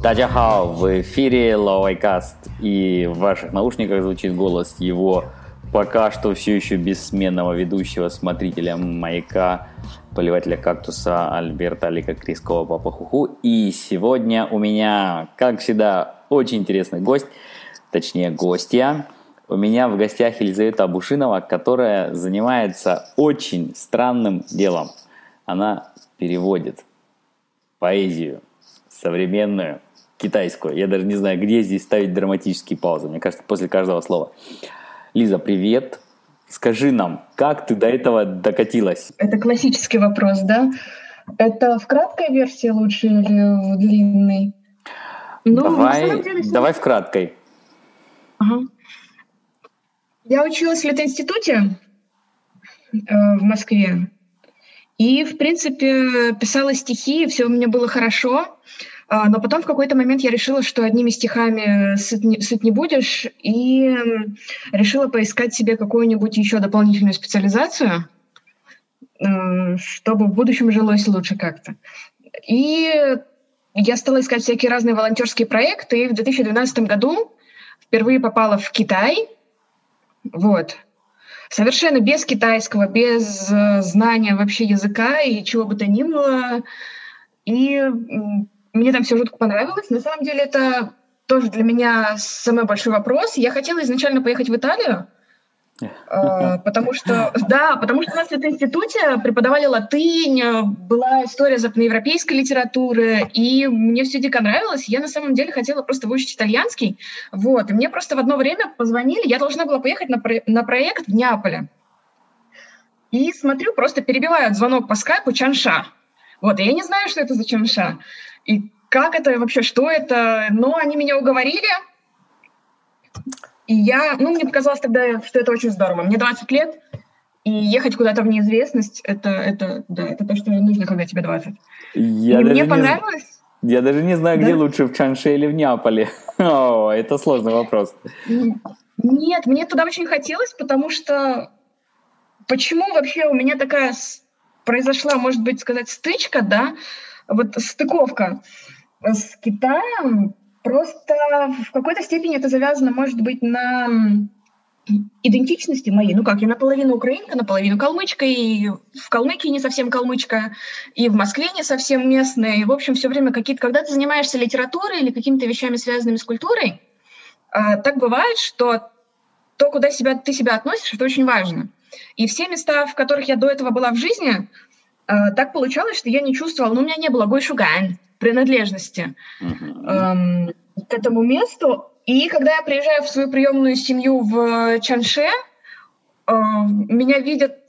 Тадяхао, в эфире Лавайкаст, и в ваших наушниках звучит голос его пока что все еще бессменного ведущего, смотрителя «Маяка», поливателя кактуса Альберта Алика Крискова Папахуху. И сегодня у меня, как всегда, очень интересный гость, точнее гостья. У меня в гостях Елизавета Абушинова, которая занимается очень странным делом. Она переводит поэзию современную, китайскую. Я даже не знаю, где здесь ставить драматические паузы. Мне кажется, после каждого слова. Лиза, привет. Скажи нам, как ты до этого докатилась? Это классический вопрос, да? Это в краткой версии лучше или в длинной? Давай в краткой. Ага. Я училась в Литинституте в Москве. И, в принципе, писала стихи, все у меня было хорошо. Но потом в какой-то момент я решила, что одними стихами сыт не будешь, и решила поискать себе какую-нибудь еще дополнительную специализацию, чтобы в будущем жилось лучше как-то. И я стала искать всякие разные волонтерские проекты, и в 2012 году впервые попала в Китай. Вот. Совершенно без китайского, без знания вообще языка и чего бы то ни было. И мне там все жутко понравилось. На самом деле это тоже для меня самый большой вопрос. Я хотела изначально поехать в Италию, потому что у нас в этом институте преподавали латынь, была история западноевропейской литературы, и мне все дико нравилось. Я на самом деле хотела просто выучить итальянский. Вот. И мне просто в одно время позвонили, я должна была поехать на проект в Неаполе. И смотрю, просто перебивают звонок по скайпу «Чанша». Вот, и я не знаю, что это за «Чанша». И как это вообще, что это? Но они меня уговорили. И мне показалось тогда, что это очень здорово. Мне 20 лет, и ехать куда-то в неизвестность, это то, что нужно, когда тебе 20. Мне понравилось. Я даже не знаю, где лучше, в Чанше или в Неаполе. Это сложный вопрос. Нет, мне туда очень хотелось, потому что почему вообще у меня такая произошла, может быть, сказать, стычка, да, вот стыковка с Китаем. Просто в какой-то степени это завязано, может быть, на идентичности моей. Я наполовину украинка, наполовину калмычка, и в Калмыкии не совсем калмычка, и в Москве не совсем местная. И, в общем, все время когда ты занимаешься литературой или какими-то вещами, связанными с культурой, так бывает, что то, куда ты себя относишь, это очень важно. И все места, в которых я до этого была в жизни, так получалось, что я не чувствовала, у меня не было гойшугань, принадлежности к этому месту. И когда я приезжаю в свою приемную семью в Чанше, меня видит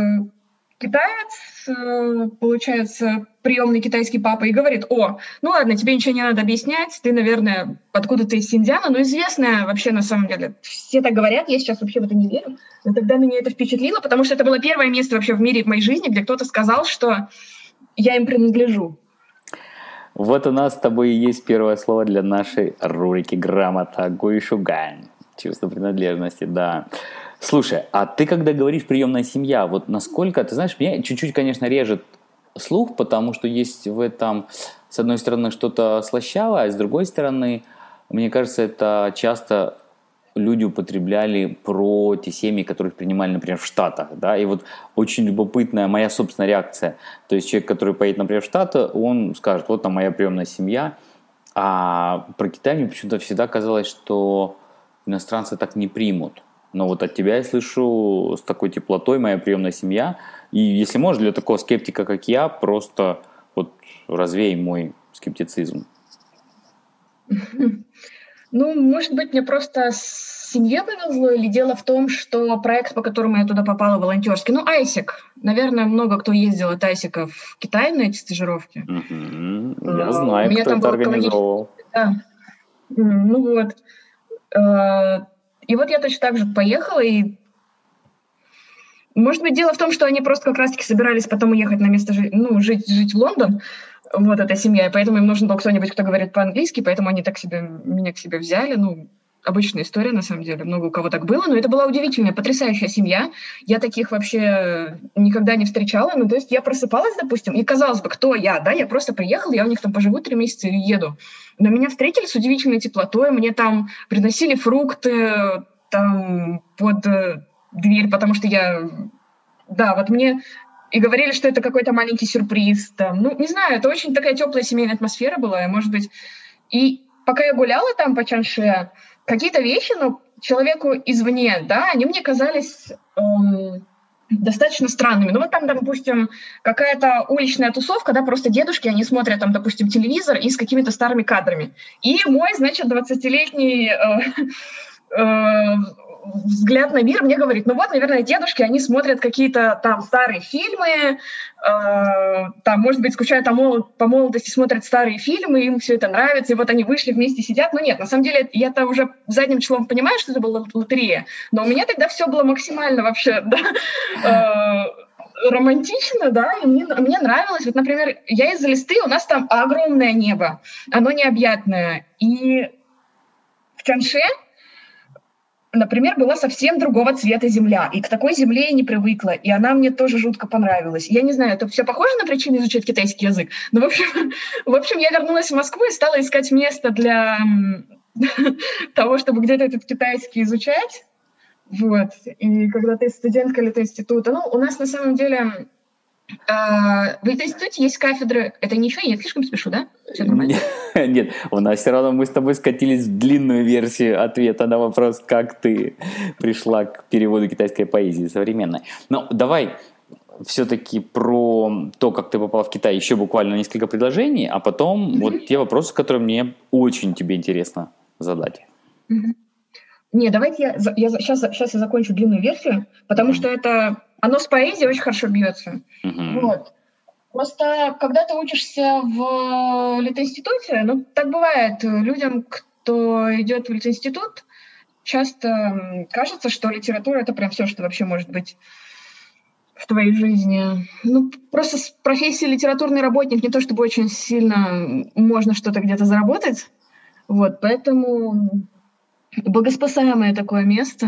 китаец, получается, приемный китайский папа, и говорит: ладно, тебе ничего не надо объяснять, ты, наверное, откуда-то из Синьцзяна, известная вообще на самом деле. Все так говорят, я сейчас вообще в это не верю. Но тогда меня это впечатлило, потому что это было первое место вообще в мире, в моей жизни, где кто-то сказал, что я им принадлежу. Вот у нас с тобой и есть первое слово для нашей рубрики «Грамота» — гойшугань. Чувство принадлежности, да. Слушай, а ты когда говоришь «приемная семья», вот насколько, ты знаешь, меня чуть-чуть, конечно, режет слух, потому что есть в этом, с одной стороны, что-то слащавое, а с другой стороны, мне кажется, это часто люди употребляли про те семьи, которых принимали, например, в Штатах, да, и вот очень любопытная моя собственная реакция. То есть человек, который поедет, например, в Штаты, он скажет: вот там моя приемная семья, а про Китай мне почему-то всегда казалось, что иностранцы так не примут. Но вот от тебя я слышу с такой теплотой «моя приемная семья». И если можешь, для такого скептика, как я, просто вот развей мой скептицизм. Может быть, мне просто с семьей повезло, или дело в том, что проект, по которому я туда попала, волонтерский, ISEC. Наверное, много кто ездил от ISEC в Китай на эти стажировки. Я знаю, кто это организовал. Да. И вот я точно так же поехала, и, может быть, дело в том, что они просто как раз-таки собирались потом уехать на место жить в Лондон, вот эта семья, и поэтому им нужен был кто-нибудь, кто говорит по-английски, поэтому они меня к себе взяли, обычная история, на самом деле. Много у кого так было, но это была удивительная, потрясающая семья. Я таких вообще никогда не встречала. Ну, то есть я просыпалась, допустим, и казалось бы, кто я, да? Я просто приехала, я у них там поживу 3 месяца и еду. Но меня встретили с удивительной теплотой, мне там приносили фрукты там под дверь, потому что да, вот мне и говорили, что это какой-то маленький сюрприз. Там. Ну, не знаю, это очень такая теплая семейная атмосфера была, может быть. И пока я гуляла там по Чанше, какие-то вещи, ну, человеку извне, да, они мне казались достаточно странными. Ну, вот там, допустим, какая-то уличная тусовка, да, просто дедушки, они смотрят там, допустим, телевизор и с какими-то старыми кадрами. И мой, значит, 20-летний взгляд на мир мне говорит, ну вот, наверное, дедушки, они смотрят какие-то там старые фильмы, там, может быть, скучают по молодости, смотрят старые фильмы, им все это нравится, и вот они вышли, вместе сидят. Но нет, на самом деле, я-то уже задним числом понимаю, что это была лотерея, но у меня тогда все было максимально вообще, да, романтично, да, и мне нравилось. Вот, например, я из Элисты, у нас там огромное небо, оно необъятное, и в Чанше, например, была совсем другого цвета земля, и к такой земле я не привыкла, и она мне тоже жутко понравилась. Я не знаю, это все похоже на причину изучать китайский язык, но, в общем, я вернулась в Москву и стала искать место для того, чтобы где-то этот китайский изучать. Вот. И когда ты студентка института, ну, у нас на самом деле в институте есть кафедры. Это ничего, я слишком спешу, да? Нет, у нас все равно мы с тобой скатились в длинную версию ответа на вопрос, как ты пришла к переводу китайской поэзии современной. Но давай все-таки про то, как ты попала в Китай, еще буквально несколько предложений, а потом вот те вопросы, которые мне очень тебе интересно задать. Не, давайте сейчас я закончу длинную версию, потому что оно с поэзией очень хорошо бьется. Вот. Просто когда ты учишься в литинституте, ну, так бывает, людям, кто идет в литинститут, часто кажется, что литература — это прям все, что вообще может быть в твоей жизни. Ну, просто с профессией литературный работник не то чтобы очень сильно можно что-то где-то заработать. Вот, поэтому богоспасаемое такое место.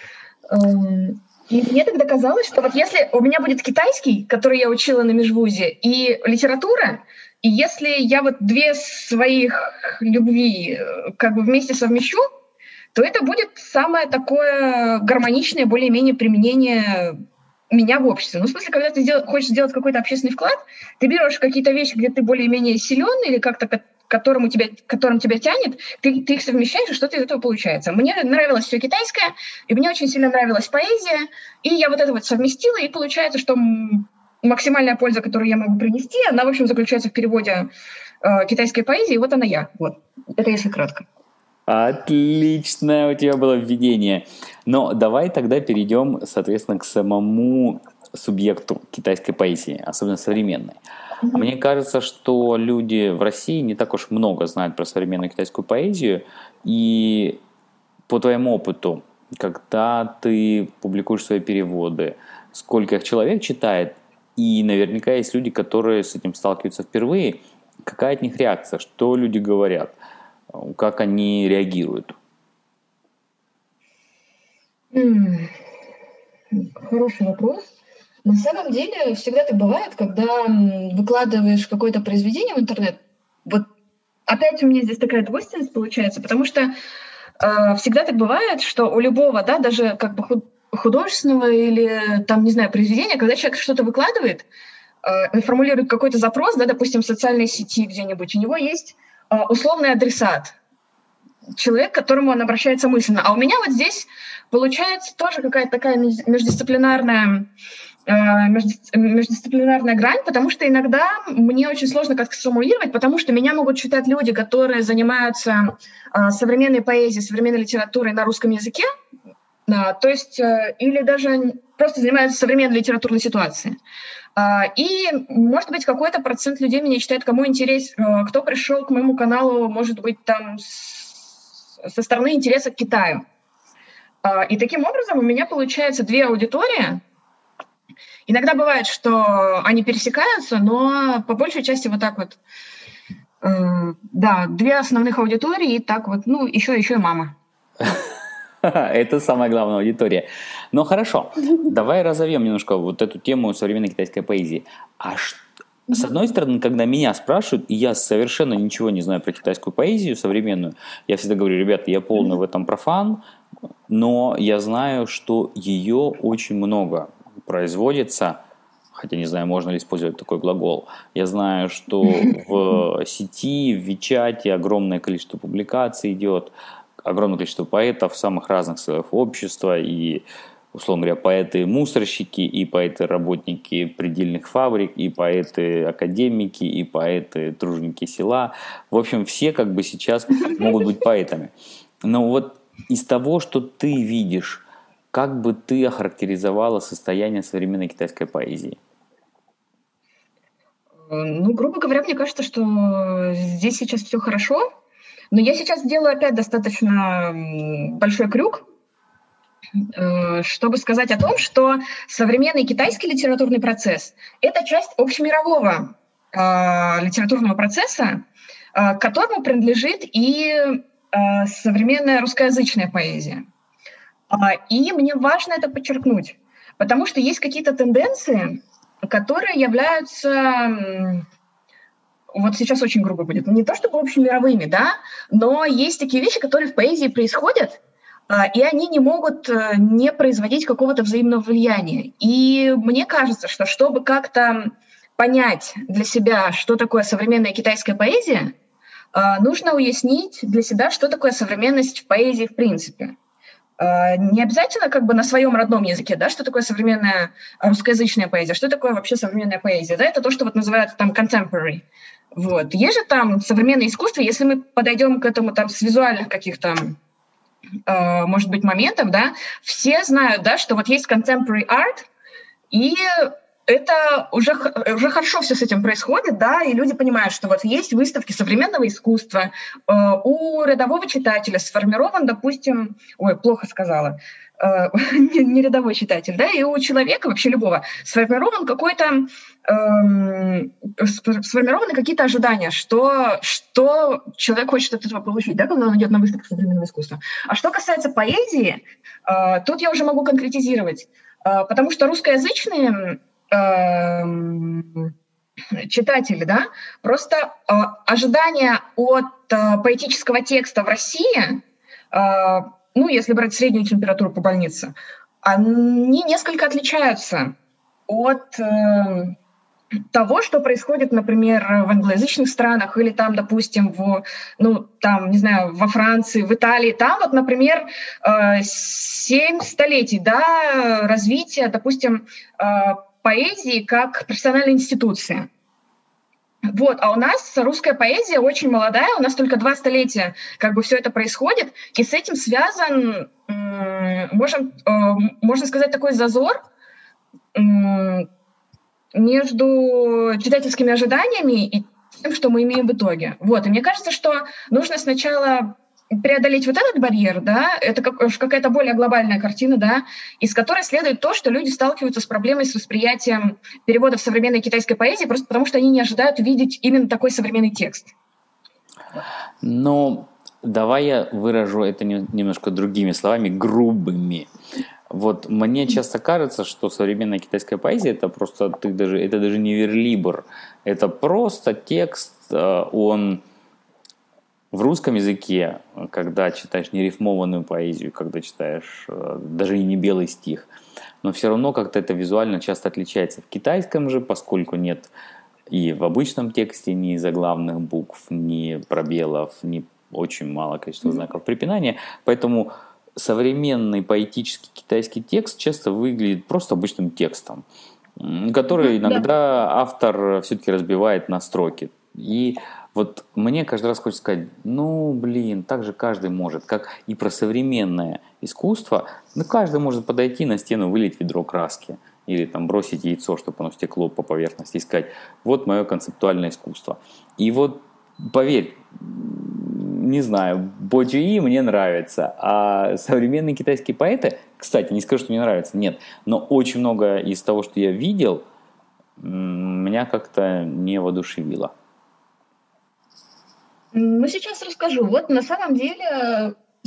И мне тогда казалось, что вот если у меня будет китайский, который я учила на межвузе, и литература, и если я вот две своих любви как бы вместе совмещу, то это будет самое такое гармоничное, более-менее применение меня в обществе. Ну, в смысле, когда ты хочешь сделать какой-то общественный вклад, ты берешь какие-то вещи, где ты более-менее силен или как-то которым тебя тянет, ты их совмещаешь, и что-то из этого получается. Мне нравилось все китайское, и мне очень сильно нравилась поэзия, и я вот это вот совместила, и получается, что максимальная польза, которую я могу принести, она, в общем, заключается в переводе китайской поэзии, и вот она я. Вот. Это если кратко. Отличное у тебя было введение. Но давай тогда перейдем, соответственно, к самому субъекту китайской поэзии, особенно современной. А мне кажется, что люди в России не так уж много знают про современную китайскую поэзию. И по твоему опыту, когда ты публикуешь свои переводы, сколько их человек читает, и наверняка есть люди, которые с этим сталкиваются впервые, какая от них реакция, что люди говорят, как они реагируют? Хороший вопрос. На самом деле всегда так бывает, когда выкладываешь какое-то произведение в интернет. Вот опять у меня здесь такая двойственность получается, потому что всегда так бывает, что у любого, да, даже как бы художественного или там, не знаю, произведения, когда человек что-то выкладывает, формулирует какой-то запрос, да, допустим, в социальной сети где-нибудь, у него есть условный адресат, человек, к которому он обращается мысленно. А у меня вот здесь получается тоже какая-то такая междисциплинарная грань, потому что иногда мне очень сложно как-то сформулировать, потому что меня могут читать люди, которые занимаются современной поэзией, современной литературой на русском языке, то есть или даже просто занимаются современной литературной ситуацией. И, может быть, какой-то процент людей меня читает, кому интересно, кто пришел к моему каналу, может быть, там со стороны интереса к Китаю. И таким образом у меня получается две аудитории. Иногда бывает, что они пересекаются, но по большей части вот так вот. Да, две основных аудитории, и так вот, ну, еще и мама. Это самая главная аудитория. Но хорошо, давай разовьем немножко вот эту тему современной китайской поэзии. С одной стороны, когда меня спрашивают, и я совершенно ничего не знаю про китайскую поэзию современную, я всегда говорю, ребята, я полный в этом профан, но я знаю, что ее очень много производится, хотя не знаю, можно ли использовать такой глагол. Я знаю, что в сети, в Вичате огромное количество публикаций идет, огромное количество поэтов самых разных слоев общества, и, условно говоря, поэты-мусорщики, и поэты-работники предельных фабрик, и поэты-академики, и поэты-труженики села. В общем, все как бы сейчас могут быть поэтами. Но вот из того, что ты видишь, как бы ты охарактеризовала состояние современной китайской поэзии? Ну, грубо говоря, мне кажется, что здесь сейчас все хорошо, но я сейчас делаю опять достаточно большой крюк, чтобы сказать о том, что современный китайский литературный процесс – это часть общемирового литературного процесса, к которому принадлежит и современная русскоязычная поэзия. И мне важно это подчеркнуть, потому что есть какие-то тенденции, которые являются, вот сейчас очень грубо будет, не то чтобы общемировыми, да, но есть такие вещи, которые в поэзии происходят, и они не могут не производить какого-то взаимного влияния. И мне кажется, что чтобы как-то понять для себя, что такое современная китайская поэзия, нужно уяснить для себя, что такое современность в поэзии в принципе. Не обязательно как бы на своем родном языке, да, что такое современная русскоязычная поэзия, что такое вообще современная поэзия, да, это то, что вот называют там contemporary. Вот. Есть же там современное искусство, если мы подойдем к этому там с визуальных каких-то, может быть, моментов, да, все знают, да, что вот есть contemporary art, и это уже хорошо все с этим происходит, да, и люди понимают, что вот есть выставки современного искусства, у рядового читателя сформирован, допустим, плохо сказала, не рядовой читатель, да, и у человека, вообще любого, сформирован какой-то, сформированы какие-то ожидания, что человек хочет от этого получить, да, когда он идет на выставку современного искусства. А что касается поэзии, тут я уже могу конкретизировать, потому что русскоязычные читатели, да, просто ожидания от поэтического текста в России, ну, если брать среднюю температуру по больнице, они несколько отличаются от того, что происходит, например, в англоязычных странах или там, допустим, там, не знаю, во Франции, в Италии. Там вот, например, 7 столетий, да, развития, допустим, поэзии как профессиональной институции. Вот, а у нас русская поэзия очень молодая, у нас только 2 столетия как бы все это происходит, и с этим связан, можно сказать, такой зазор между читательскими ожиданиями и тем, что мы имеем в итоге. Вот, и мне кажется, что нужно сначала преодолеть вот этот барьер, да, это какая-то более глобальная картина, да, из которой следует то, что люди сталкиваются с проблемой с восприятием переводов современной китайской поэзии просто потому, что они не ожидают увидеть именно такой современный текст. Ну, давай я выражу это немножко другими словами, грубыми. Вот мне часто кажется, что современная китайская поэзия это даже не верлибр, это просто текст, он в русском языке, когда читаешь нерифмованную поэзию, когда читаешь даже и не белый стих, но все равно как-то это визуально часто отличается. В китайском же, поскольку нет и в обычном тексте ни заглавных букв, ни пробелов, ни очень мало количества знаков препинания, поэтому современный поэтический китайский текст часто выглядит просто обычным текстом, который иногда автор все-таки разбивает на строки. И вот мне каждый раз хочется сказать, так же каждый может, как и про современное искусство, каждый может подойти на стену, вылить ведро краски или там бросить яйцо, чтобы оно стекло по поверхности и сказать, вот мое концептуальное искусство. И вот поверь, не знаю, Боджи мне нравится, а современные китайские поэты, кстати, не скажу, что мне нравится, нет, но очень много из того, что я видел, меня как-то не воодушевило. Ну, сейчас расскажу. Вот на самом деле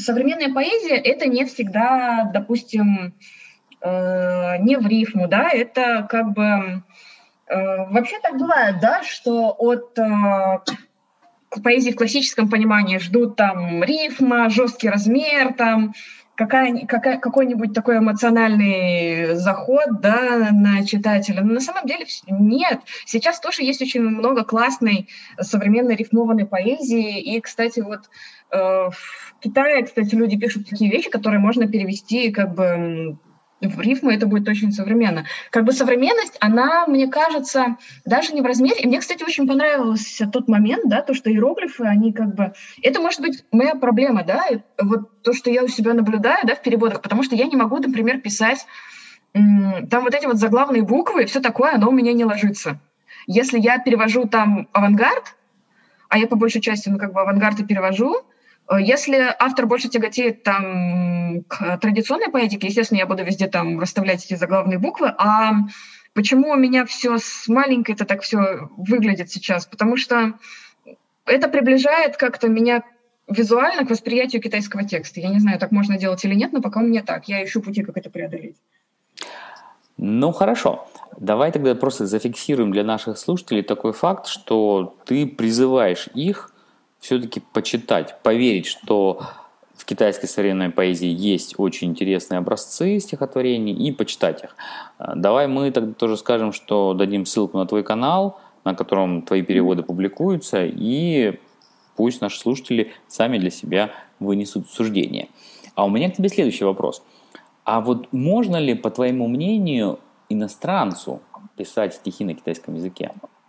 современная поэзия — это не всегда, допустим, не в рифму, да, это как бы... Вообще так бывает, да, что от поэзии в классическом понимании ждут там рифма, жесткий размер, там какой-нибудь такой эмоциональный заход, да, на читателя. Но на самом деле нет. Сейчас тоже есть очень много классной современной рифмованной поэзии. И, кстати, вот в Китае, кстати, люди пишут такие вещи, которые можно перевести как бы в рифму, это будет очень современно. Как бы современность, она, мне кажется, даже не в размере. И мне, кстати, очень понравился тот момент, да, то, что иероглифы, они как бы... Это может быть моя проблема, да, вот то, что я у себя наблюдаю, да, в переводах, потому что я не могу, например, писать там вот эти вот заглавные буквы, все такое, оно у меня не ложится. Если я перевожу там авангард, а я по большей части, как бы авангард и перевожу, если автор больше тяготеет там к традиционной поэтике, естественно, я буду везде там расставлять эти заглавные буквы. А почему у меня все с маленькой-то так все выглядит сейчас? Потому что это приближает как-то меня визуально к восприятию китайского текста. Я не знаю, так можно делать или нет, но пока у меня так. Я ищу пути, как это преодолеть. Ну, хорошо. Давай тогда просто зафиксируем для наших слушателей такой факт, что ты призываешь их все-таки почитать, поверить, что в китайской современной поэзии есть очень интересные образцы стихотворений, и почитать их. Давай мы тогда тоже скажем, что дадим ссылку на твой канал, на котором твои переводы публикуются, и пусть наши слушатели сами для себя вынесут суждение. А у меня к тебе следующий вопрос. А вот можно ли, по твоему мнению, иностранцу писать стихи на китайском языке?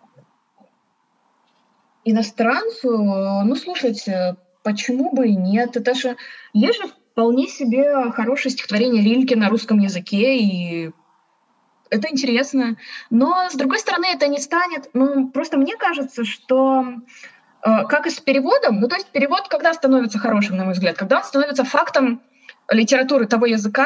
Иностранцу, ну, слушайте, почему бы и нет? Это же есть же вполне себе хорошее стихотворение Рильке на русском языке, и это интересно. Но, с другой стороны, это не станет... Ну, просто мне кажется, что как и с переводом, ну, то есть перевод когда становится хорошим, на мой взгляд? Когда он становится фактом литературы того языка,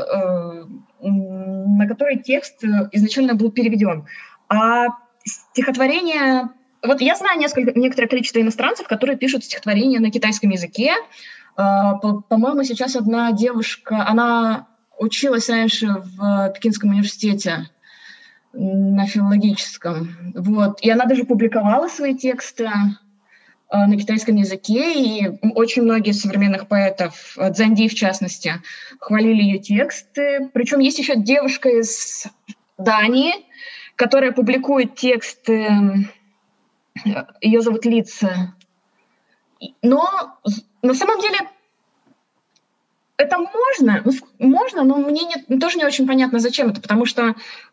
на который текст изначально был переведен. А стихотворение... Вот я знаю некоторое количество иностранцев, которые пишут стихотворения на китайском языке. По-моему, сейчас одна девушка, она училась раньше в Пекинском университете на филологическом. Вот. И она даже публиковала свои тексты на китайском языке, и очень многие современных поэтов, Цзаньди в частности, хвалили ее тексты. Причем есть еще девушка из Дании, которая публикует тексты. Ее зовут Лица. Но на самом деле это можно, но мне тоже не очень понятно, зачем это, потому что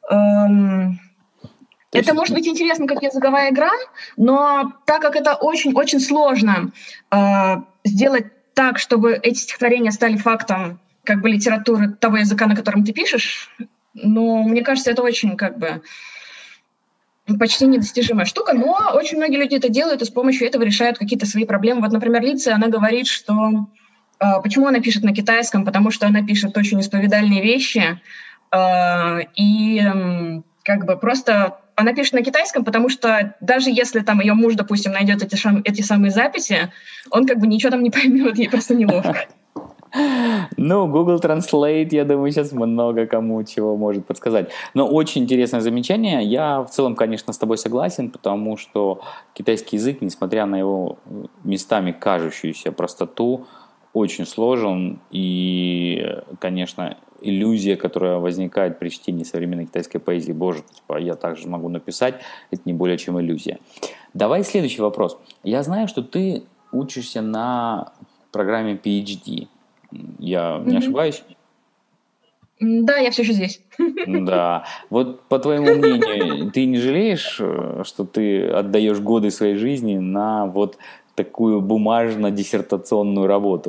это может быть интересно как языковая игра, но так как это очень-очень сложно сделать так, чтобы эти стихотворения стали фактом как бы литературы того языка, на котором ты пишешь, но мне кажется, это очень как бы почти недостижимая штука, но очень многие люди это делают и с помощью этого решают какие-то свои проблемы. Вот, например, Лица, она говорит, что почему она пишет на китайском, потому что она пишет очень исповедальные вещи, и как бы просто она пишет на китайском, потому что даже если там ее муж, допустим, найдет эти самые записи, он как бы ничего там не поймет, ей просто неловко. Ну, Google Translate, я думаю, сейчас много кому чего может подсказать. Но очень интересное замечание. Я в целом, конечно, с тобой согласен, потому что китайский язык, несмотря на его местами кажущуюся простоту, очень сложен. И, конечно, иллюзия, которая возникает при чтении современной китайской поэзии, боже, типа, я также могу написать, это не более чем иллюзия. Давай следующий вопрос. Я знаю, что ты учишься на программе PhD. Я не ошибаюсь? Да, я все еще здесь. Да. Вот по твоему мнению, ты не жалеешь, что ты отдаешь годы своей жизни на вот такую бумажно-диссертационную работу?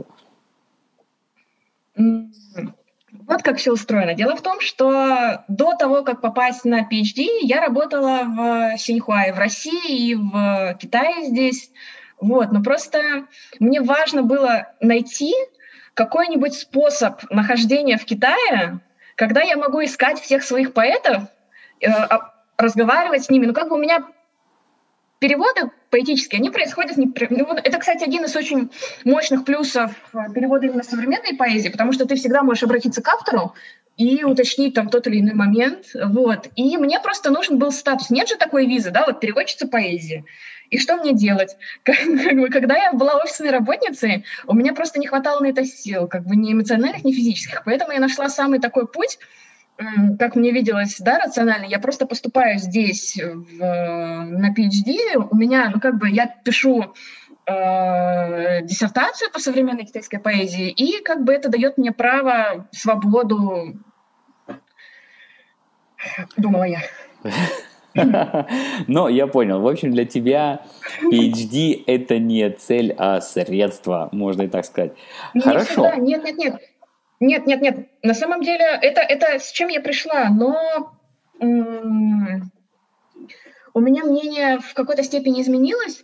Вот как все устроено. Дело в том, что до того, как попасть на PhD, я работала в Синьхуае, в России и в Китае здесь. Вот. Но просто мне важно было найти какой-нибудь способ нахождения в Китае, когда я могу искать всех своих поэтов, разговаривать с ними. Ну, как бы у меня переводы поэтические, они происходят... Это, кстати, один из очень мощных плюсов перевода именно современной поэзии, потому что ты всегда можешь обратиться к автору и уточнить там тот или иной момент. Вот. И мне просто нужен был статус. Нет же такой визы, да, вот переводчица поэзии. И что мне делать? Когда я была офисной работницей, у меня просто не хватало на это сил, ни эмоциональных, ни физических. Поэтому я нашла самый такой путь, как мне виделось, да, рационально. Я просто поступаю здесь на PhD. У меня, я пишу диссертацию по современной китайской поэзии, и это дает мне право, свободу, думала я. Но я понял. В общем, для тебя PhD – это не цель, а средство, можно и так сказать. Хорошо. Нет. На самом деле, это с чем я пришла, но у меня мнение в какой-то степени изменилось.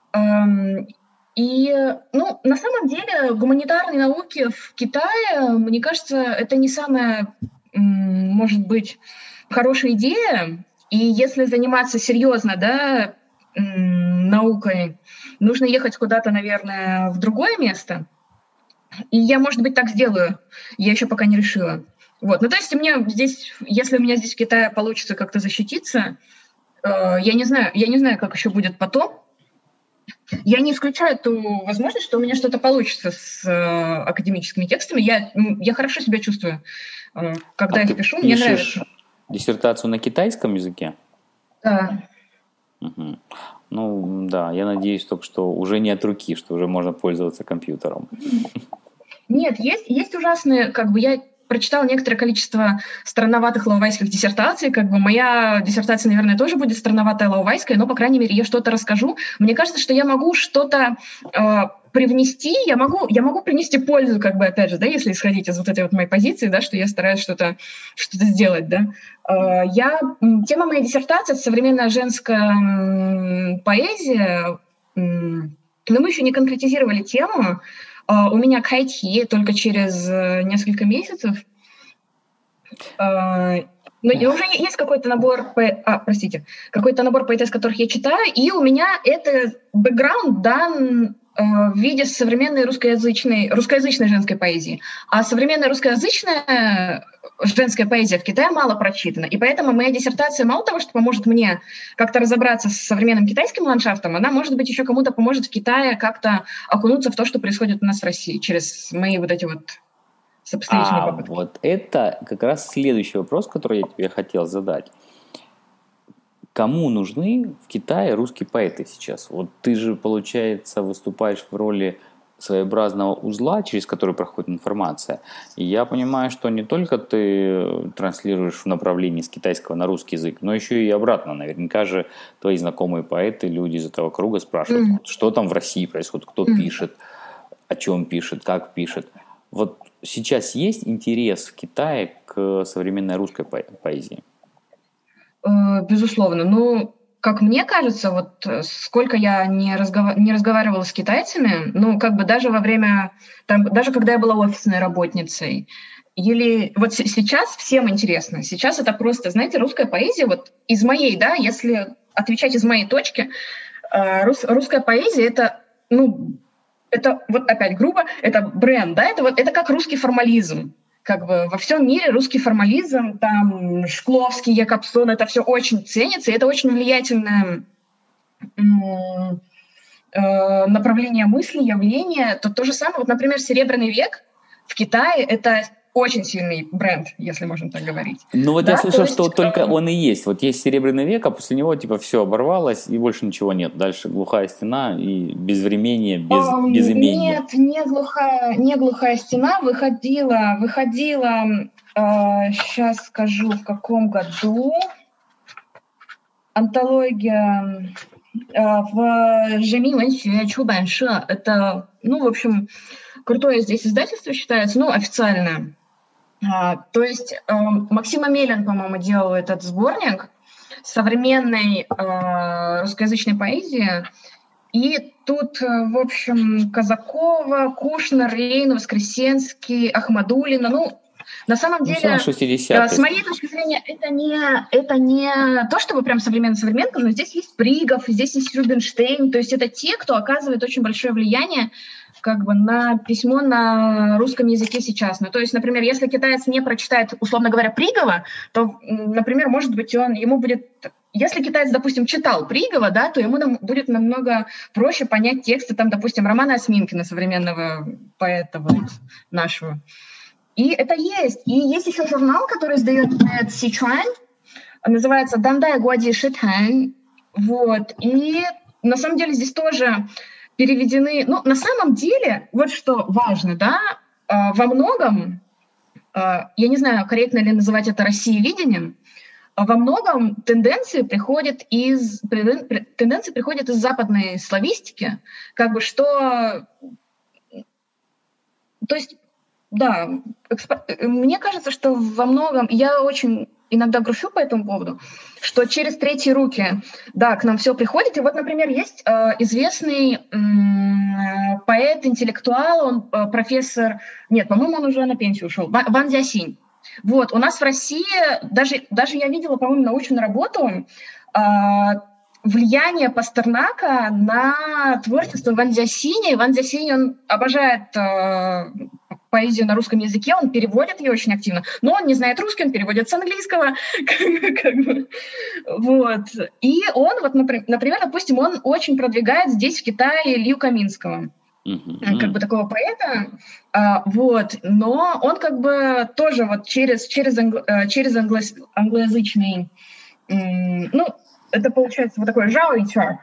И, на самом деле, гуманитарные науки в Китае, мне кажется, это не самая, может быть, хорошая идея. И если заниматься серьезно, да, наукой, нужно ехать куда-то, наверное, в другое место. И я, может быть, так сделаю. Я еще пока не решила. Вот. То есть если у меня здесь в Китае получится как-то защититься, я не знаю, как еще будет потом. Я не исключаю ту возможность, что у меня что-то получится с академическими текстами. Я хорошо себя чувствую, когда их пишу. Мне нравится. Диссертацию на китайском языке? Да. Угу. Да, я надеюсь только, что уже не от руки, что уже можно пользоваться компьютером. Нет, есть ужасные, я прочитала некоторое количество странноватых лаовайских диссертаций. Моя диссертация, наверное, тоже будет странноватая лаовайская, но, по крайней мере, я что-то расскажу. Мне кажется, что я могу что-то привнести, я могу принести пользу, опять же, да, если исходить из вот этой вот моей позиции, да, что я стараюсь что-то сделать, да. Тема моей диссертации — современная женская поэзия, но мы еще не конкретизировали тему. У меня кайти только через несколько месяцев. Но уже есть какой-то набор поэтесс, которых я читаю, и у меня это бэкграунд дан в виде современной русскоязычной женской поэзии. А современная русскоязычная женская поэзия в Китае мало прочитана. И поэтому моя диссертация мало того, что поможет мне как-то разобраться с современным китайским ландшафтом, она, может быть, еще кому-то поможет в Китае как-то окунуться в то, что происходит у нас в России, через мои вот эти вот сопоставительные попытки. Вот это как раз следующий вопрос, который я тебе хотел задать. Кому нужны в Китае русские поэты сейчас? Вот ты же, получается, выступаешь в роли своеобразного узла, через который проходит информация. И я понимаю, что не только ты транслируешь в направлении с китайского на русский язык, но еще и обратно. Наверняка же твои знакомые поэты, люди из этого круга спрашивают, что там в России происходит, кто пишет, о чем пишет, как пишет. Вот сейчас есть интерес в Китае к современной русской поэзии? Безусловно. Как мне кажется, вот сколько я не разговаривала с китайцами, даже во время, даже когда я была офисной работницей, или вот сейчас всем интересно. Сейчас это просто, знаете, русская поэзия, вот из моей, да, если отвечать из моей точки, русская поэзия это вот опять грубо, это бренд, да, это как русский формализм. Во всем мире русский формализм, там Шкловский, Якобсон, это все очень ценится, и это очень влиятельное направление мысли, явление. То же самое, вот, например, «Серебряный век» в Китае — это очень сильный бренд, если можно так говорить. Я слышал, что только он и есть. Вот есть «Серебряный век», а после него все оборвалось, и больше ничего нет. Дальше «Глухая стена» и «Безвременье», «Безыменье». Нет, не глухая стена. Выходила, сейчас скажу, в каком году, антология в Жеми Вэньсюэ Чубаньше. Это, в общем, крутое здесь издательство считается, официальное. То есть Максим Амелин, по-моему, делал этот сборник современной русскоязычной поэзии. И тут, в общем, Казакова, Кушнер, Рейн, Воскресенский, Ахмадулина. На самом Ну, все равно деле, 60-е. с моей точки зрения, это не то, чтобы прям современный, но здесь есть Пригов, здесь есть Рубинштейн, то есть это те, кто оказывает очень большое влияние как бы на письмо на русском языке сейчас. Ну, то есть, например, если китаец не прочитает, условно говоря, Пригова, то, например, может быть, ему будет... Если китаец, допустим, читал Пригова, да, то ему будет намного проще понять тексты, там, допустим, Романа Осминкина, современного поэта вот, нашего. И это есть. И есть еще журнал, который издает Сичуань, называется «Дандай Гуади Шитань». Вот. И на самом деле здесь тоже переведены... Ну, на самом деле, вот что важно, да, во многом, я не знаю, корректно ли называть это россиевидением, во многом тенденции приходят из западной славистики, как бы что... То есть, да, мне кажется, что во многом... Я очень иногда грущу по этому поводу, что через третьи руки, да, к нам все приходит. И вот, например, есть известный поэт, интеллектуал, он профессор... Нет, по-моему, он уже на пенсию ушел. Ван Цзясинь. Вот, у нас в России, даже я видела, по-моему, научную работу влияние Пастернака на творчество Ван Цзясиня. Ван Цзясинь, он обожает поэзию на русском языке, он переводит ее очень активно, но он не знает русский, он переводит с английского. Вот. И он, вот, например, допустим, он очень продвигает здесь, в Китае, Илью Каминского. Как бы такого поэта, вот, но он как бы тоже вот через англоязычный, ну, это получается вот такой жао-ичар.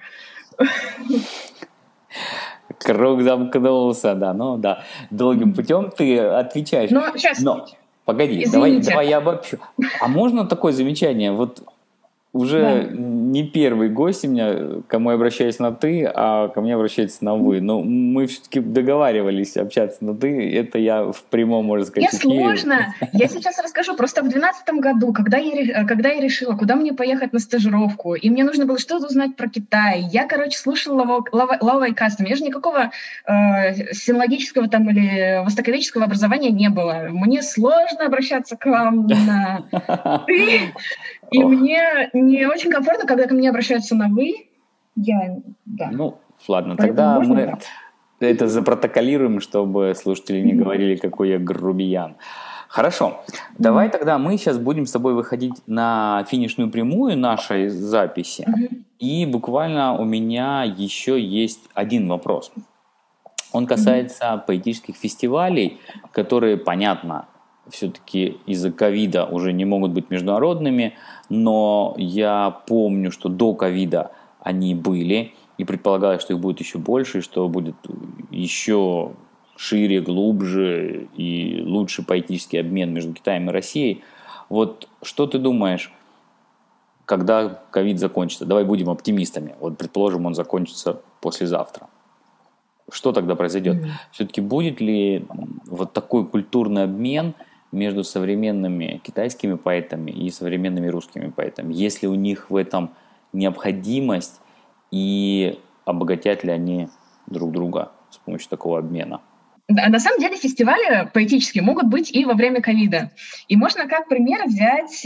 Круг замкнулся, да, ну да, долгим путем ты отвечаешь. Но сейчас, погоди, давай я обобщу. А можно такое замечание? Вот уже не первый гость у меня, кому я обращаюсь на «ты», а ко мне обращается на «вы». Но мы все-таки договаривались общаться на «ты». Это я в прямом, можно сказать, эфире. Сложно. Я сейчас расскажу. Просто в 2012 году, когда я решила, куда мне поехать на стажировку, и мне нужно было что-то узнать про Китай, я, слушала Лао Вайкаста. У меня же никакого синологического там или востоковедческого образования не было. Мне сложно обращаться к вам на «ты». И мне не очень комфортно, когда ко мне обращаются на «вы». Ну, ладно, тогда мы это запротоколируем, чтобы слушатели не говорили, какой я грубиян. Хорошо, давай тогда мы сейчас будем с тобой выходить на финишную прямую нашей записи. И буквально у меня еще есть один вопрос. Он касается поэтических фестивалей, которые, понятно, все-таки из-за ковида уже не могут быть международными, но я помню, что до ковида они были, и предполагалось, что их будет еще больше, и что будет еще шире, глубже и лучший поэтический обмен между Китаем и Россией. Вот что ты думаешь, когда ковид закончится? Давай будем оптимистами. Вот, предположим, он закончится послезавтра. Что тогда произойдет? Все-таки будет ли вот такой культурный обмен между современными китайскими поэтами и современными русскими поэтами? Есть ли у них в этом необходимость и обогатят ли они друг друга с помощью такого обмена? На самом деле фестивали поэтические могут быть и во время ковида. И можно как пример взять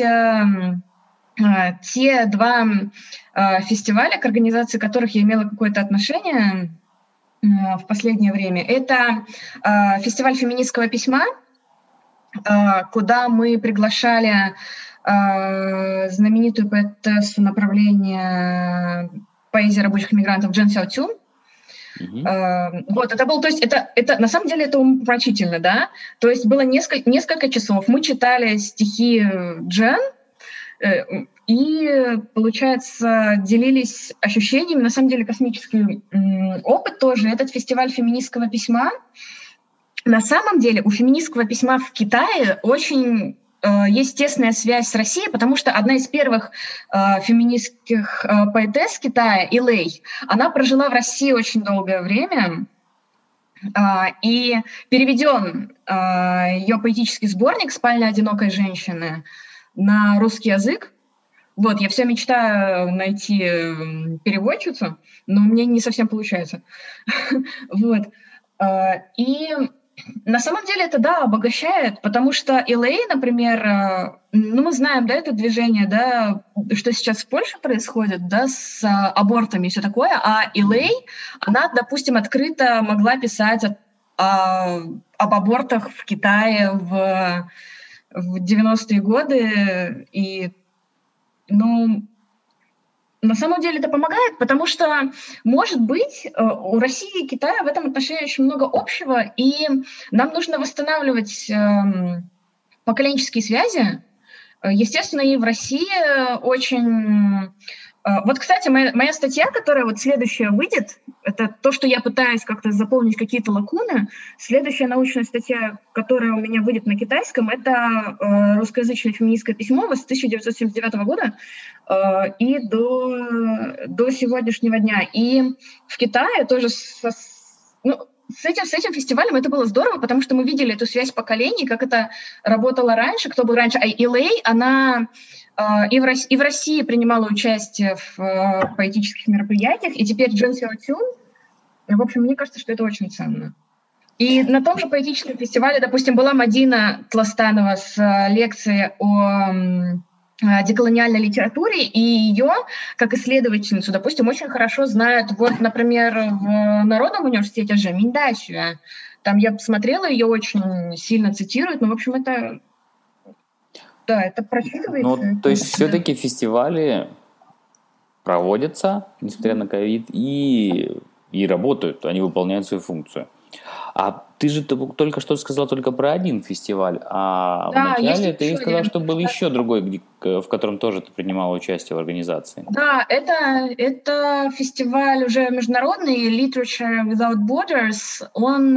те два фестиваля, к организации которых я имела какое-то отношение в последнее время. Это фестиваль феминистского письма, куда мы приглашали знаменитую поэтессу направления поэзии рабочих мигрантов Джен Сяотюн. Вот, это было, то есть это на самом деле это умопомрачительно, да, то есть было несколько часов, мы читали стихи Джен, и, получается, делились ощущениями, на самом деле космический опыт тоже, этот фестиваль феминистского письма. На самом деле у феминистского письма в Китае очень есть тесная связь с Россией, потому что одна из первых феминистских поэтесс Китая, Илэй, она прожила в России очень долгое время, и переведен ее поэтический сборник «Спальня одинокой женщины» на русский язык. Вот, я все мечтаю найти переводчицу, но у меня не совсем получается. Вот. И На самом деле это, да, обогащает, потому что LA, например, ну, мы знаем, да, это движение, да, что сейчас в Польше происходит, да, с абортами и все такое, а LA, она, допустим, открыто могла писать об абортах в Китае в 90-е годы, и, ну, на самом деле это помогает, потому что, может быть, у России и Китая в этом отношении очень много общего, и нам нужно восстанавливать поколенческие связи. Естественно, и в России очень... Вот, кстати, моя статья, которая вот следующая выйдет, это то, что я пытаюсь как-то заполнить какие-то лакуны. Следующая научная статья, которая у меня выйдет на китайском, это русскоязычное феминистское письмо с 1979 года и до сегодняшнего дня. И в Китае тоже с этим фестивалем это было здорово, потому что мы видели эту связь поколений, как это работало раньше, кто был раньше. А LA, она и в России принимала участие в поэтических мероприятиях, и теперь Джен Сяотюн. В общем, мне кажется, что это очень ценно. И на том же поэтическом фестивале, допустим, была Мадина Тластанова с лекцией о деколониальной литературе, и ее, как исследовательницу, допустим, очень хорошо знают, вот, например, в Народном университете же Миндасю. Там я посмотрела, ее очень сильно цитируют, но, в общем, это... Да, это просчитывается. Ну, то есть все-таки фестивали проводятся, несмотря на ковид, и работают, они выполняют свою функцию. А ты же только что сказала только про один фестиваль, а да, вначале ты сказала, что был еще другой, в котором тоже ты принимала участие в организации. Да, это фестиваль уже международный, Literature Without Borders. Он,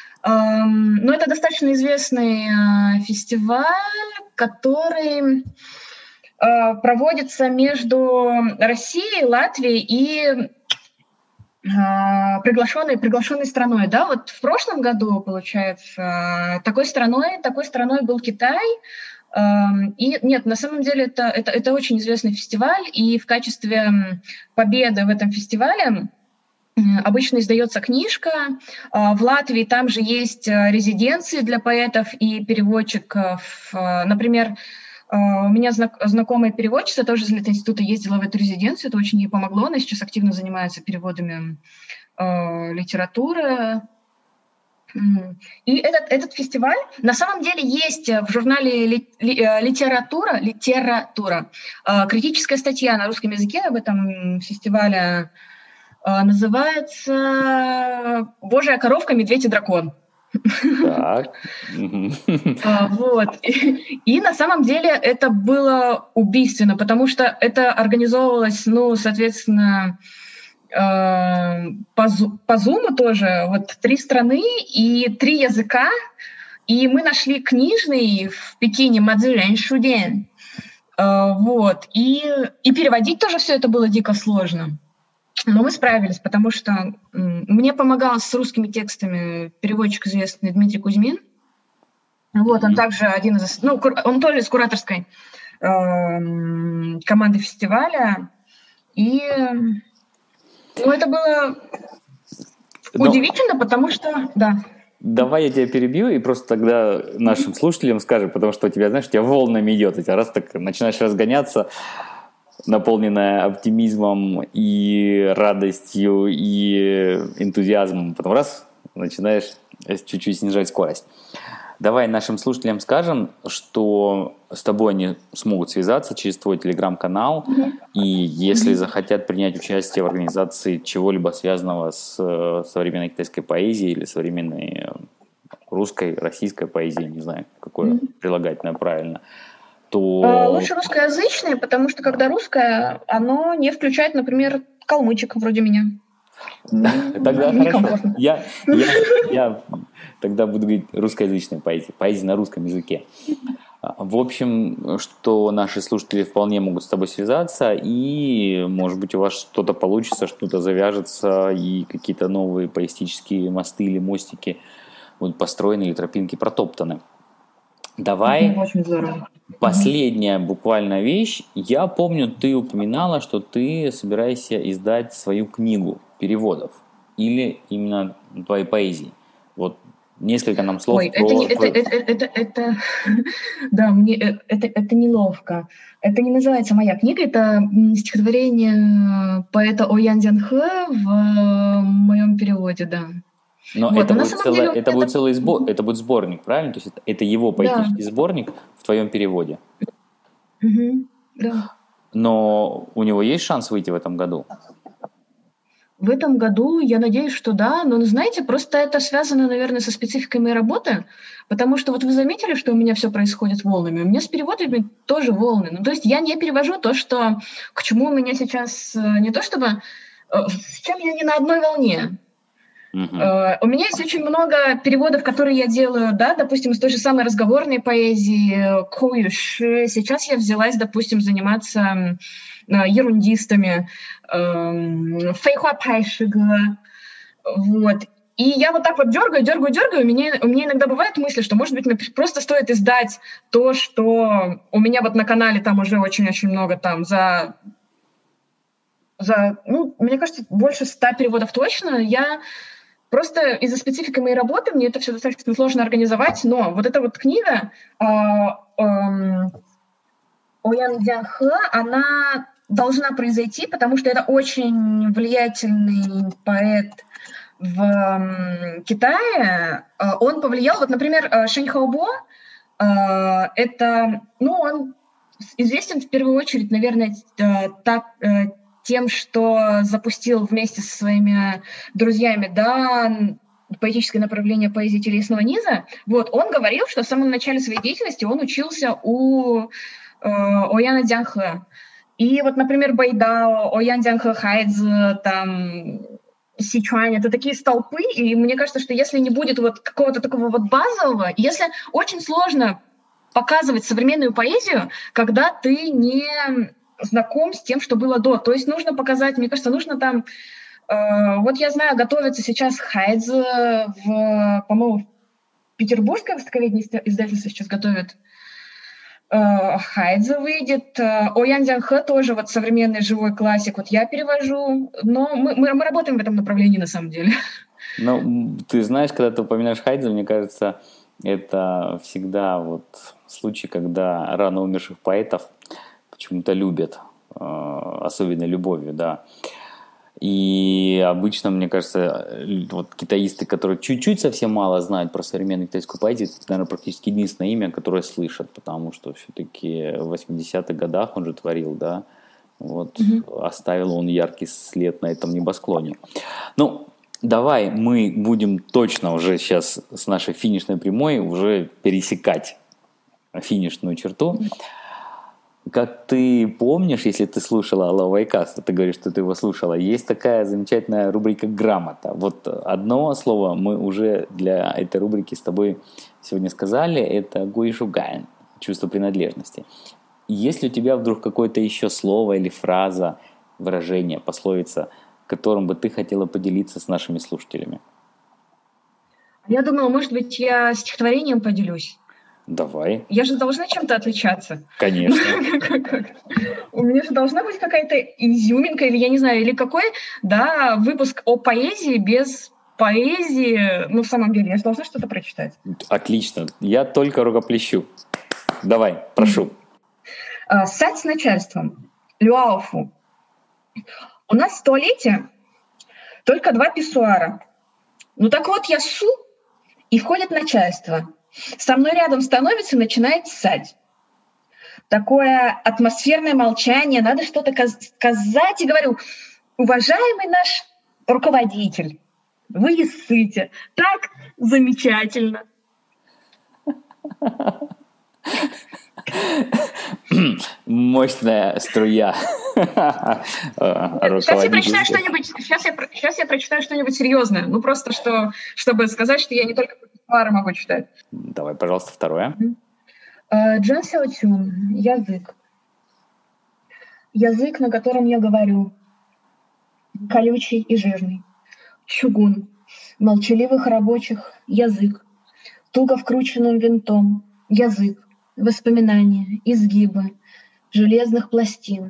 ну, это достаточно известный фестиваль, который проводится между Россией, Латвией и приглашенной страной, да, вот в прошлом году, получается, такой страной был Китай, и нет, на самом деле это очень известный фестиваль, и в качестве победы в этом фестивале обычно издается книжка. В Латвии там же есть резиденции для поэтов и переводчиков, например, у меня знакомая переводчица тоже из Литинститута ездила в эту резиденцию, это очень ей помогло, она сейчас активно занимается переводами литературы. И этот фестиваль, на самом деле, есть в журнале «Литература», критическая статья на русском языке об этом фестивале, называется «Божья коровка, медведь и дракон». Так. Вот. И на самом деле это было убийственно, потому что это организовывалось, ну, соответственно, по Zoom тоже, вот 3 страны и 3 языка, и мы нашли книжный в Пекине Мадзюрянь Шуден, вот, и переводить тоже все это было дико сложно. Но мы справились, потому что мне помогал с русскими текстами переводчик известный Дмитрий Кузьмин. Вот, он также один из... Ну, он тоже из кураторской команды фестиваля. И ну, это было удивительно, потому что... Да. Давай я тебя перебью и просто тогда нашим слушателям скажем, потому что у тебя, знаешь, у тебя волнами идет. У тебя раз так начинаешь разгоняться, наполненная оптимизмом и радостью, и энтузиазмом. Потом раз, начинаешь чуть-чуть снижать скорость. Давай нашим слушателям скажем, что с тобой они смогут связаться через твой телеграм-канал, и если захотят принять участие в организации чего-либо связанного с современной китайской поэзией или современной русской, российской поэзией, не знаю, какое прилагательное правильно, то... Лучше русскоязычные, потому что когда русское, оно не включает, например, калмычек вроде меня. Тогда хорошо. Я тогда буду говорить русскоязычная поэзия на русском языке. В общем, что наши слушатели вполне могут с тобой связаться, и, может быть, у вас что-то получится, что-то завяжется, и какие-то новые поэтические мосты или мостики будут построены, или тропинки протоптаны. Давай. Очень здорово. Последняя буквально вещь. Я помню, ты упоминала, что ты собираешься издать свою книгу переводов или именно твоей поэзии. Вот Несколько нам слов Ой, да, мне это неловко. Это не называется моя книга, это стихотворение поэта Оян Дзянхэ в моем переводе, да. Но Вот, это но на будет самом деле это будет целый это будет сборник, правильно? То есть это его да, поэтический сборник в твоем переводе. да. Но у него есть шанс выйти в этом году? В этом году я надеюсь, что да, но, знаете, просто это связано, наверное, со спецификой моей работы, потому что вот вы заметили, что у меня все происходит волнами, у меня с переводами тоже волны. Ну, то есть я не перевожу то, что к чему у меня сейчас не то чтобы с чем я не на одной волне. У меня есть очень много переводов, которые я делаю, да, допустим, из той же самой разговорной поэзии, коюши. Сейчас я взялась, допустим, заниматься ерундистами, фэйхуа пайшига, вот. И я вот так вот дергаю, у меня иногда бывают мысли, что, может быть, мне просто стоит издать то, что у меня вот на канале там уже очень-очень много там ну, мне кажется, больше 100 переводов точно. Я просто из-за специфики моей работы мне это все достаточно сложно организовать, но вот эта вот книга Оян Дзянхэ, она должна произойти, потому что это очень влиятельный поэт в Китае. Он повлиял, вот, например, Шэнь Хаобо, это, ну, он известен в первую очередь, наверное, тем, что запустил вместе со своими друзьями, да, поэтическое направление поэзии телесного низа. Вот, он говорил, что в самом начале своей деятельности он учился у Ояна Дзянхэ. И вот, например, Байдао, Оян Дзянхэ Хайцзы, там, Сичуань, это такие столпы, и мне кажется, что если не будет вот какого-то такого вот базового, если очень сложно показывать современную поэзию, когда ты не знаком с тем, что было до. То есть нужно показать, мне кажется, нужно там... вот я знаю, готовится сейчас Хайдзе, по-моему, петербургское востоковедение издательство сейчас готовит. Хайдзе выйдет. Оян Дзянхэ тоже вот современный живой классик. Вот я перевожу. Но мы работаем в этом направлении на самом деле. Ну, ты знаешь, когда ты упоминаешь Хайдзе, мне кажется, это всегда вот случай, когда рано умерших поэтов почему-то любят, особенно любовью, да. И обычно, мне кажется, вот китаисты, которые чуть-чуть совсем мало знают про современную китайскую поэзию, это, наверное, практически единственное имя, которое слышат, потому что все-таки в 80-х годах он же творил, да, вот, оставил он яркий след на этом небосклоне. Ну, давай мы будем точно уже сейчас с нашей финишной прямой уже пересекать финишную черту. Как ты помнишь, если ты слушала Аллах Вайкаста, ты говоришь, что ты его слушала, есть такая замечательная рубрика «Грамота». Вот одно слово мы уже для этой рубрики с тобой сегодня сказали, это гуишугайн, чувство принадлежности. Есть ли у тебя вдруг какое-то еще слово или фраза, выражение, пословица, которым бы ты хотела поделиться с нашими слушателями? Я думала, может быть, я стихотворением поделюсь. Давай. Я же должна чем-то отличаться. Конечно. У меня же должна быть какая-то изюминка, или я не знаю, или какой, да, выпуск о поэзии без поэзии. Ну, в самом деле, я же должна что-то прочитать. Отлично. Я только рукоплещу. Давай, прошу. Ссать с начальством. Люаофу. У нас в туалете только 2 писсуара. Ну так вот, я ссу, и входит начальство. Со мной рядом становится и начинает ссать. Такое атмосферное молчание, надо что-то сказать. И говорю, уважаемый наш руководитель, вы ссыте. Так замечательно. Мощная струя. Сейчас я прочитаю что-нибудь серьезное. Ну, просто чтобы сказать, что я не только пары могу читать. Давай, пожалуйста, второе. Джан Сяотюн. Язык. Язык, на котором я говорю. Колючий и жирный. Чугун. Молчаливых рабочих. Язык. Туго вкрученным винтом. Язык. Воспоминания, изгибы, железных пластин,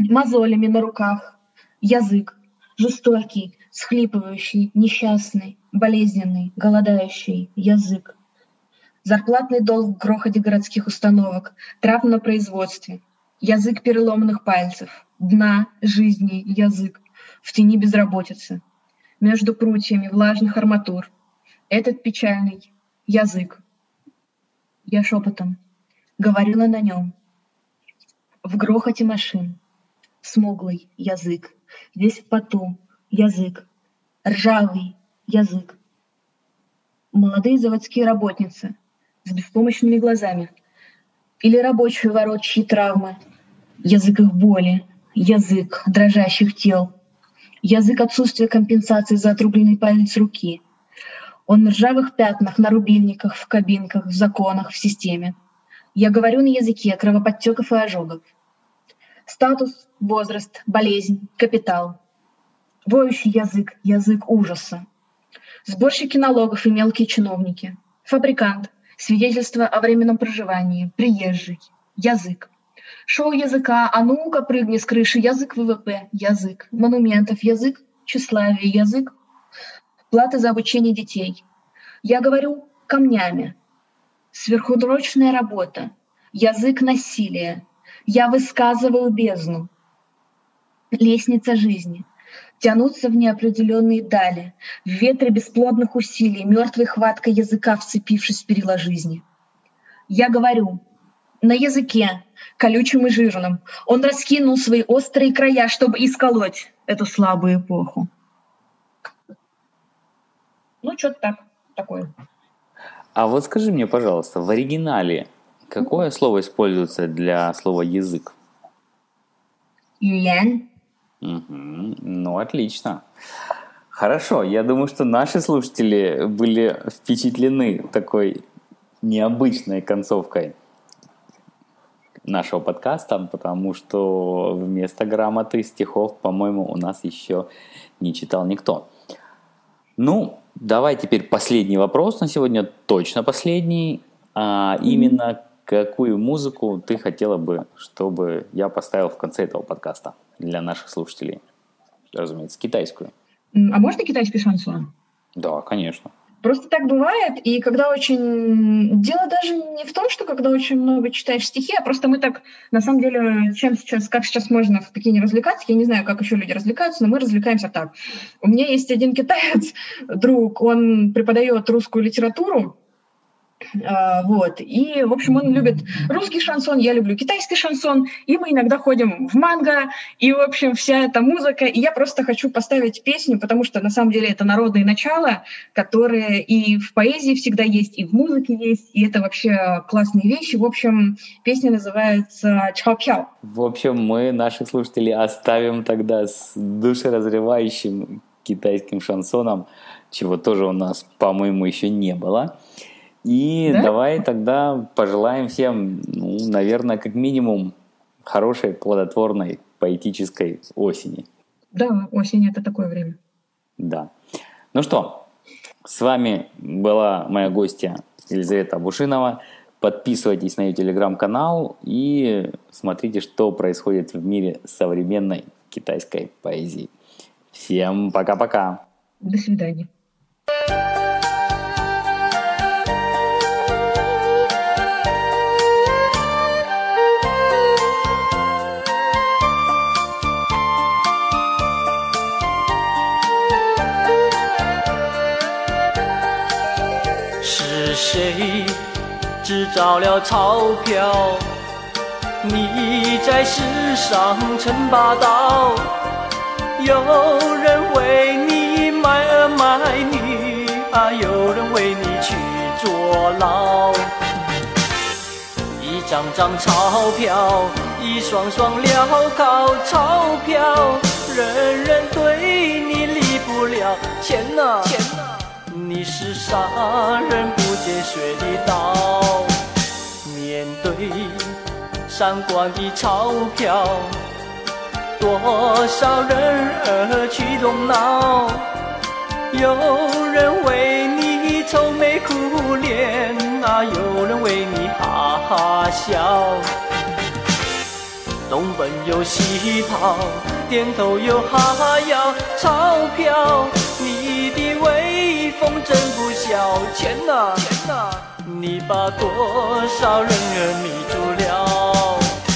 мозолями на руках, язык, жестокий, схлипывающий, несчастный, болезненный, голодающий язык. Зарплатный долг в грохоте городских установок, трав на производстве. Язык переломанных пальцев, дна жизни язык, в тени безработицы. Между прутьями влажных арматур. Этот печальный язык. Я шепотом говорила на нем. В грохоте машин. Смуглый язык. Весь в поту язык. Ржавый язык. Молодые заводские работницы с беспомощными глазами. Или рабочие ворот, чьи травмы. Язык их боли. Язык дрожащих тел. Язык отсутствия компенсации за отрубленный палец руки. Он на ржавых пятнах, на рубильниках, в кабинках, в законах, в системе. Я говорю на языке кровоподтеков и ожогов. Статус, возраст, болезнь, капитал. Воющий язык, язык ужаса. Сборщики налогов и мелкие чиновники. Фабрикант, свидетельство о временном проживании, приезжий, язык. Шоу языка, а ну-ка прыгни с крыши, язык ВВП, язык. Монументов, язык, тщеславие, язык. Плата за обучение детей. Я говорю камнями. Сверхурочная работа. Язык насилия. Я высказываю бездну. Лестница жизни. Тянуться в неопределенные дали. В ветре бесплодных усилий, мертвой хваткой языка, вцепившись в перила жизни. Я говорю на языке, колючим и жирным. Он раскинул свои острые края, чтобы исколоть эту слабую эпоху. Ну, что-то так, такое. А вот скажи мне, пожалуйста, в оригинале какое слово используется для слова «язык»? Юян. Ну, отлично. Хорошо, я думаю, что наши слушатели были впечатлены такой необычной концовкой нашего подкаста, потому что вместо грамоты стихов, по-моему, у нас еще не читал никто. Ну, давай теперь последний вопрос на сегодня, точно последний. А именно, какую музыку ты хотела бы, чтобы я поставил в конце этого подкаста для наших слушателей? Разумеется, китайскую. А можно китайский шансон? Да, конечно. Просто так бывает, и когда очень... Дело даже не в том, что когда очень много читаешь стихи, а просто мы так, на самом деле, как сейчас можно в Пекине развлекаться, я не знаю, как еще люди развлекаются, но мы развлекаемся так. У меня есть один китаец, друг, он преподает русскую литературу, вот, и, в общем, он любит русский шансон, я люблю китайский шансон, и мы иногда ходим в манго, и, в общем, вся эта музыка, и я просто хочу поставить песню, потому что, на самом деле, это народные начала, которые и в поэзии всегда есть, и в музыке есть, и это вообще классные вещи. В общем, песня называется «Чао-пяо». В общем, мы наших слушателей оставим тогда с душеразрывающим китайским шансоном, чего тоже у нас, по-моему, еще не было. И да? Давай тогда пожелаем всем, наверное, как минимум хорошей, плодотворной, поэтической осени. Да, осень — это такое время. Да. Ну что, с вами была моя гостья Елизавета Абушинова. Подписывайтесь на ее телеграм-канал и смотрите, что происходит в мире современной китайской поэзии. Всем пока-пока. До свидания. 谁制造了钞票？你在世上称霸道，有人为你卖儿卖女啊，有人为你去坐牢。一张张钞票，一双双镣铐钞票，人人对你离不了。钱呐，钱呐！你是杀人不见血的刀，面对闪光的钞票，多少人儿去动脑，有人为你愁眉苦脸啊，有人为你哈哈笑，东奔又西跑，点头又哈腰，钞票你的威威风真不小，钱呐钱呐，你把多少人儿迷住了。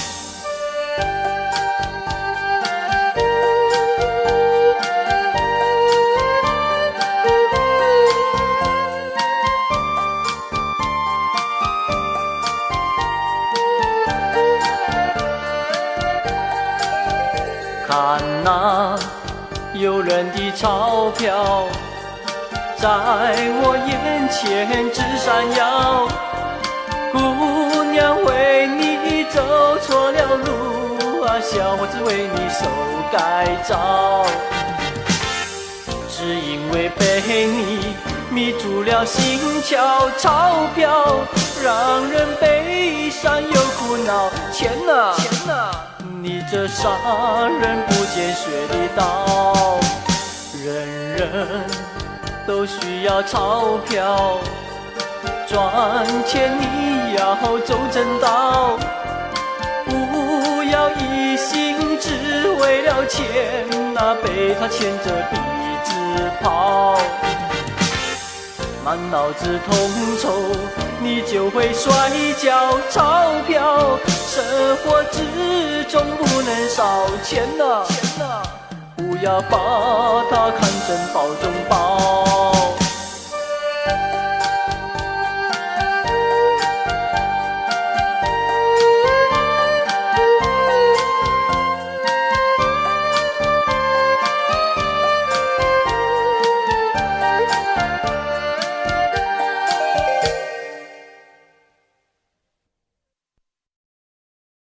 看那诱人的钞票在我眼前直闪耀，姑娘为你走错了路啊，小伙子为你受改造，只因为被你迷住了心窍，钞票让人悲伤又苦恼，钱呐钱呐，你这杀人不见血的刀，人人都需要钞票，赚钱你要走正道，不要一心只为了钱啊，被他牵着鼻子跑，满脑子痛愁你就会摔跤，钞票生活之中不能少，钱呐钱呐，不要把它看成宝中